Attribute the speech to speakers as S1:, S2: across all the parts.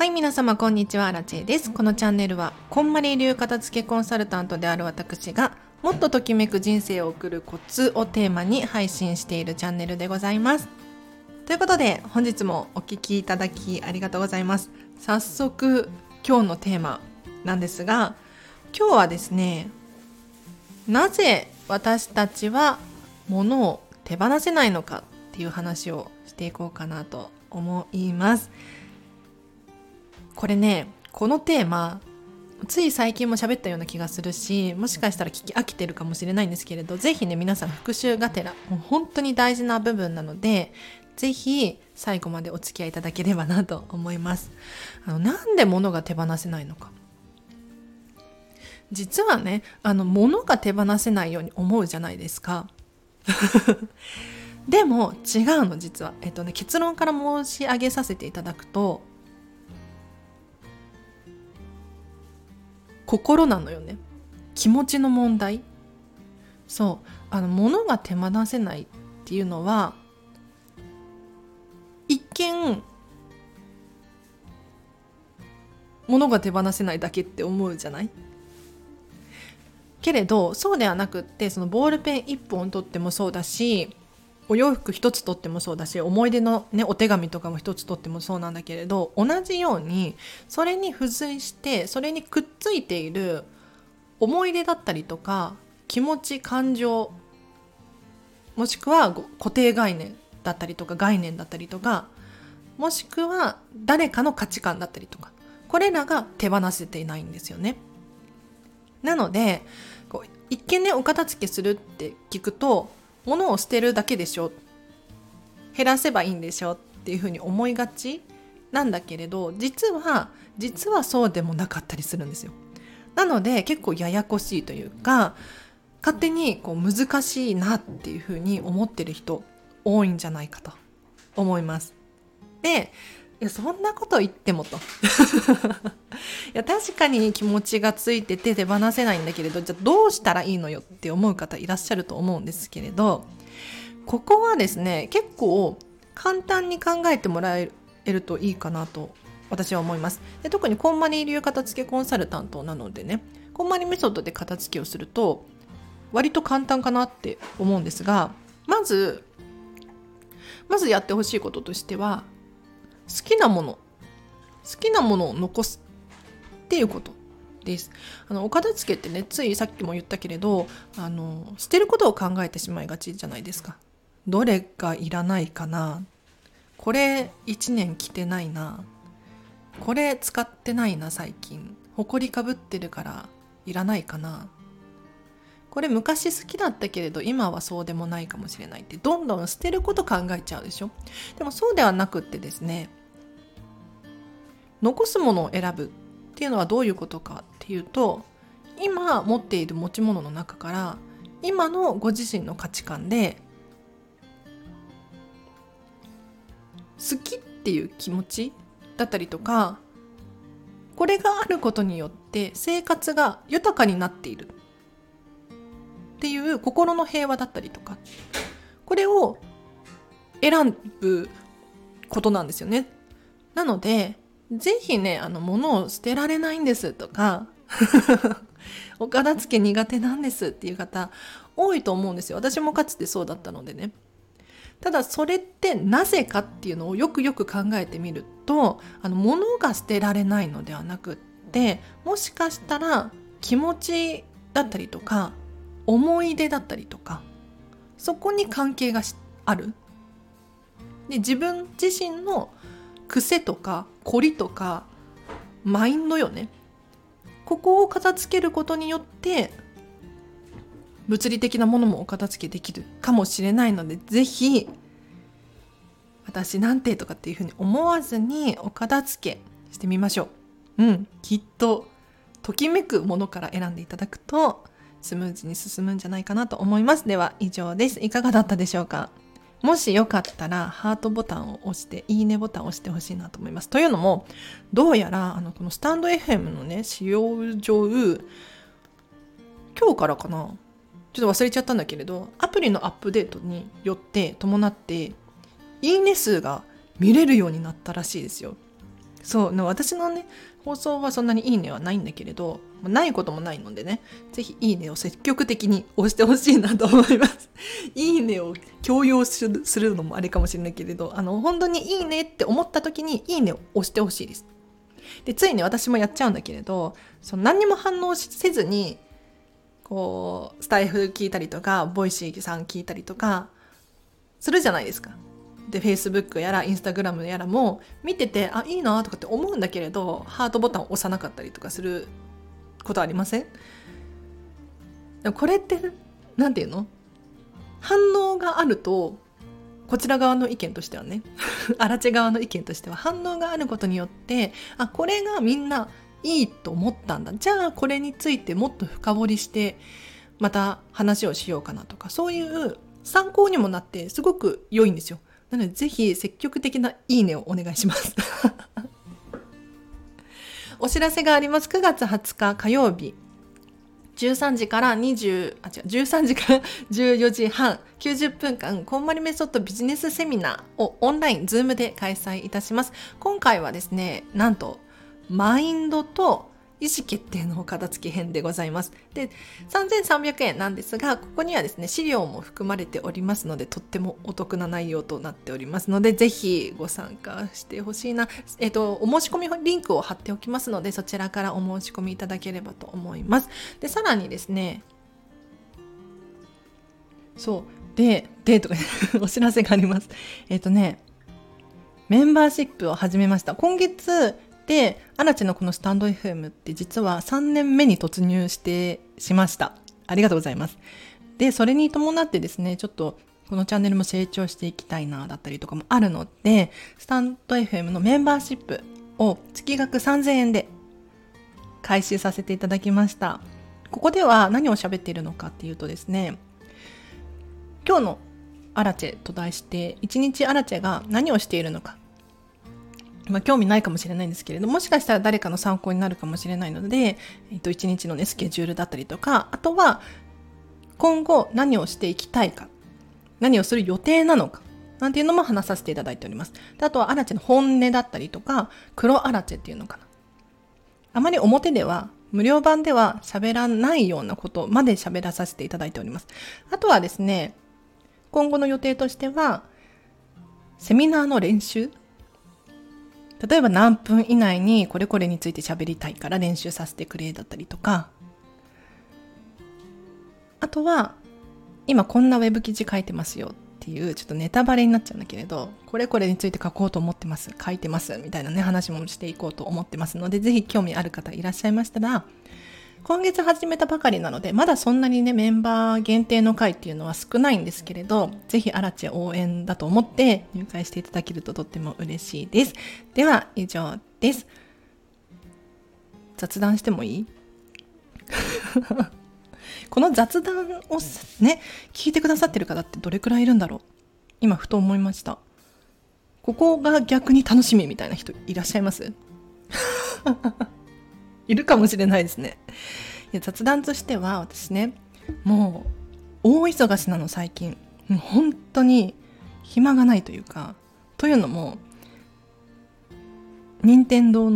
S1: い、皆様こんにちは、アラチェです。このチャンネルはこんまり流片付けコンサルタントである私がもっとときめく人生を送るコツをテーマに配信しているチャンネルでございます。ということで本日もお聞きいただきありがとうございます。早速今日のテーマなんですが、今日はですね、なぜ私たちは物を手放せないのかっていう話をしていこうかなと思います。これね、このテーマつい最近も喋ったような気がするし、もしかしたら聞き飽きてるかもしれないんですけれど、ぜひね、皆さん復習がてら、もう本当に大事な部分なので、ぜひ最後までお付き合いいただければなと思います。なんで物が手放せないのか。実はね、物が手放せないように思うじゃないですか。でも違うの、実は。結論から申し上げさせていただくと、心なのよね。気持ちの問題。そう、物が手放せないっていうのは、一見物が手放せないだけって思うじゃない？けれどそうではなくって、そのボールペン一本取ってもそうだし、お洋服一つ取ってもそうだし、思い出のね、お手紙とかも一つ取ってもそうなんだけれど、同じようにそれに付随してそれにくっついている思い出だったりとか、気持ち、感情、もしくは固定概念だったりとか、概念だったりとか、もしくは誰かの価値観だったりとか、これらが手放せていないんですよね。なので一見ね、お片付けするって聞くと、物を捨てるだけでしょ、減らせばいいんでしょっていうふうに思いがちなんだけれど、実はそうでもなかったりするんですよ。なので結構ややこしいというか、勝手に難しいなっていうふうに思ってる人多いんじゃないかと思います。で、いや、そんなこと言ってもといや、確かに気持ちがついてて手放せないんだけれど、じゃあどうしたらいいのよって思う方いらっしゃると思うんですけれど、ここはですね、結構簡単に考えてもらえるといいかなと私は思います。で、特にこんまり流片付けコンサルタントなのでね、こんまりメソッドで片付けをすると割と簡単かなって思うんですが、まずやってほしいこととしては、好きなものを残すっていうことです。お片付けってね、ついさっきも言ったけれど、捨てることを考えてしまいがちじゃないですか。どれがいらないかな、これ1年着てないな、これ使ってないな、最近ほこりかぶってるからいらないかな、これ昔好きだったけれど今はそうでもないかもしれないって、どんどん捨てること考えちゃうでしょ。でもそうではなくってですね、残すものを選ぶっていうのはどういうことかっていうと、今持っている持ち物の中から今のご自身の価値観で好きっていう気持ちだったりとか、これがあることによって生活が豊かになっているっていう心の平和だったりとか、これを選ぶことなんですよね。なのでぜひね、物を捨てられないんですとかお片付け苦手なんですっていう方多いと思うんですよ。私もかつてそうだったのでね。ただそれってなぜかっていうのをよくよく考えてみると、物が捨てられないのではなくって、もしかしたら気持ちだったりとか思い出だったりとか、そこに関係がある。で、自分自身の癖とか凝りとかマインドよね。ここを片付けることによって物理的なものもお片付けできるかもしれないので、ぜひ私なんてとかっていうふうに思わずにお片付けしてみましょう。きっとときめくものから選んでいただくとスムーズに進むんじゃないかなと思います。では以上です。いかがだったでしょうか。もしよかったらハートボタンを押して、いいねボタンを押してほしいなと思います。というのも、どうやらこのスタンド FM のね、使用上、今日からかな、ちょっと忘れちゃったんだけれど、アプリのアップデートによって伴っていいね数が見れるようになったらしいですよ。 そう私のね放送はそんなにいいねはないんだけれど、ないこともないのでね、ぜひいいねを積極的に押してほしいなと思いますいいねを強要するのもあれかもしれないけれど、本当にいいねって思った時にいいねを押してほしいです。でついね私もやっちゃうんだけれど、何にも反応せずにこうスタイフ聞いたりとかボイシーさん聞いたりとかするじゃないですか。で Facebook やら Instagram やらも見てていいなとかって思うんだけれど、ハートボタンを押さなかったりとかすることありません？でもこれってなんていうの、反応があると、こちら側の意見としてはね荒地側の意見としては反応があることによって、これがみんないいと思ったんだ、じゃあこれについてもっと深掘りしてまた話をしようかなとか、そういう参考にもなってすごく良いんですよ。なのでぜひ積極的ないいねをお願いしますお知らせがあります。9月20日火曜日13時から13時から14時半90分間こんまりメソッドビジネスセミナーをオンラインズームで開催いたします。今回はですね、なんとマインドと意思決定の片付け編でございます。で、3300円なんですが、ここにはですね資料も含まれておりますので、とってもお得な内容となっておりますので、ぜひご参加してほしいな。お申し込みリンクを貼っておきますので、そちらからお申し込みいただければと思います。で、さらにですね、とかお知らせがあります。メンバーシップを始めました。今月でアラチのこのスタンド FM って実は3年目に突入しました。ありがとうございます。でそれに伴ってですね、ちょっとこのチャンネルも成長していきたいなだったりとかもあるので、スタンド FM のメンバーシップを月額3000円で開始させていただきました。ここでは何を喋っているのかっていうとですね、今日のアラチェと題して1日アラチェが何をしているのか、興味ないかもしれないんですけれど、もしかしたら誰かの参考になるかもしれないので、1日のねスケジュールだったりとか、あとは今後何をしていきたいか、何をする予定なのかなんていうのも話させていただいております。であとはアラチェの本音だったりとか、黒アラチェっていうのかな、あまり表では無料版では喋らないようなことまで喋らさせていただいております。あとはですね、今後の予定としてはセミナーの練習、例えば何分以内にこれこれについて喋りたいから練習させてくれだったりとか、あとは今こんなウェブ記事書いてますよっていうちょっとネタバレになっちゃうんだけれど、これこれについて書こうと思ってます、書いてますみたいなね話もしていこうと思ってますので、ぜひ興味ある方いらっしゃいましたら、今月始めたばかりなのでまだそんなにねメンバー限定の会っていうのは少ないんですけれど、ぜひアラチェ応援だと思って入会していただけるととっても嬉しいです。では以上です。雑談してもいいこの雑談をね聞いてくださってる方ってどれくらいいるんだろう、今ふと思いました。ここが逆に楽しみみたいな人いらっしゃいますいるかもしれないですね。いや、雑談としては私ね、もう大忙しなの最近。本当に暇がないというか、というのも任天堂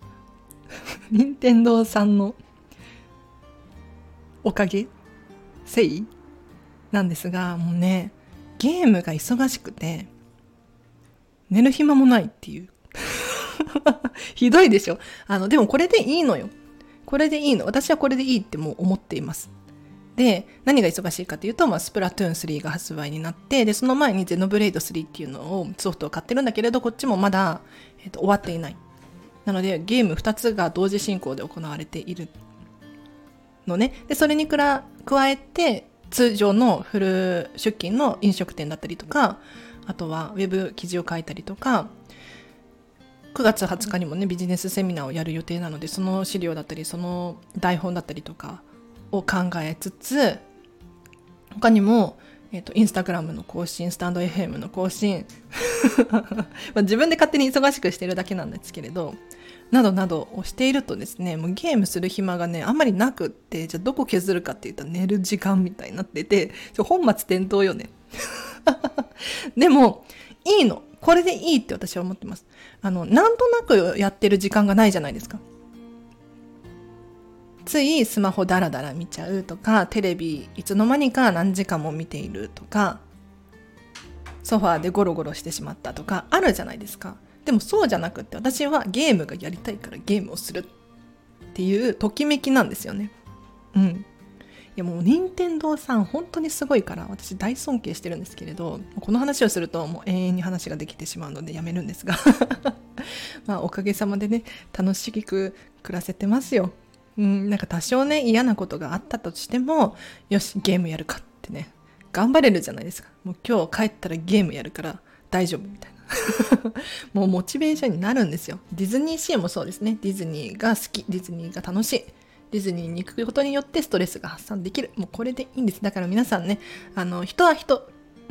S1: さんのおかげせいなんですが、もうねゲームが忙しくて寝る暇もないっていうひどいでしょ。でもこれでいいのよ。これでいいの。私はこれでいいってもう思っています。で、何が忙しいかというと、スプラトゥーン3が発売になって、で、その前にゼノブレイド3っていうのをソフトを買ってるんだけれど、こっちもまだ、終わっていない。なので、ゲーム2つが同時進行で行われているのね。で、それに加えて、通常のフル出勤の飲食店だったりとか、あとはウェブ記事を書いたりとか、9月20日にもねビジネスセミナーをやる予定なので、その資料だったりその台本だったりとかを考えつつ、他にも、インスタグラムの更新、スタンド FM の更新自分で勝手に忙しくしてるだけなんですけれど、などなどをしているとですね、もうゲームする暇がねあんまりなくって、じゃあどこ削るかって言ったら寝る時間みたいになってて、本末転倒よねでもいいの、 これでいいって私は思ってます。なんとなくやってる時間がないじゃないですか。ついスマホダラダラ見ちゃうとか、テレビいつの間にか何時間も見ているとか、ソファーでゴロゴロしてしまったとかあるじゃないですか。でもそうじゃなくって、私はゲームがやりたいからゲームをするっていうときめきなんですよね。いやもう任天堂さん本当にすごいから私大尊敬してるんですけれど、この話をするともう永遠に話ができてしまうのでやめるんですがまあおかげさまでね楽しく暮らせてますよ。なんか多少ね嫌なことがあったとしても、よしゲームやるかってね頑張れるじゃないですか。もう今日帰ったらゲームやるから大丈夫みたいなもうモチベーションになるんですよ。ディズニーシーもそうですね。ディズニーが好き、ディズニーが楽しい、ディズニーに行くことによってストレスが発散できる、もうこれでいいんです。だから皆さんね、人は人、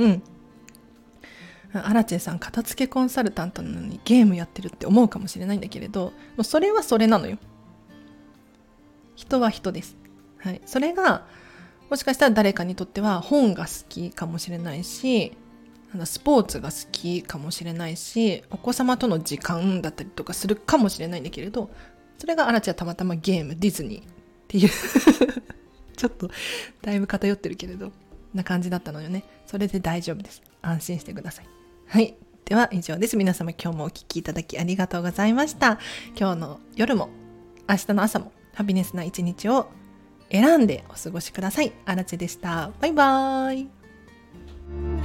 S1: アラチェさん片付けコンサルタントなのにゲームやってるって思うかもしれないんだけれど、もうそれはそれなのよ。人は人です。はい、それがもしかしたら誰かにとっては本が好きかもしれないし、スポーツが好きかもしれないし、お子様との時間だったりとかするかもしれないんだけれど、それがアラチはたまたまゲーム、ディズニーっていうちょっとだいぶ偏ってるけれどな感じだったのよね。それで大丈夫です。安心してください。はい、では以上です。皆様今日もお聞きいただきありがとうございました。今日の夜も明日の朝もハピネスな一日を選んでお過ごしください。アラチェでした。バイバーイ。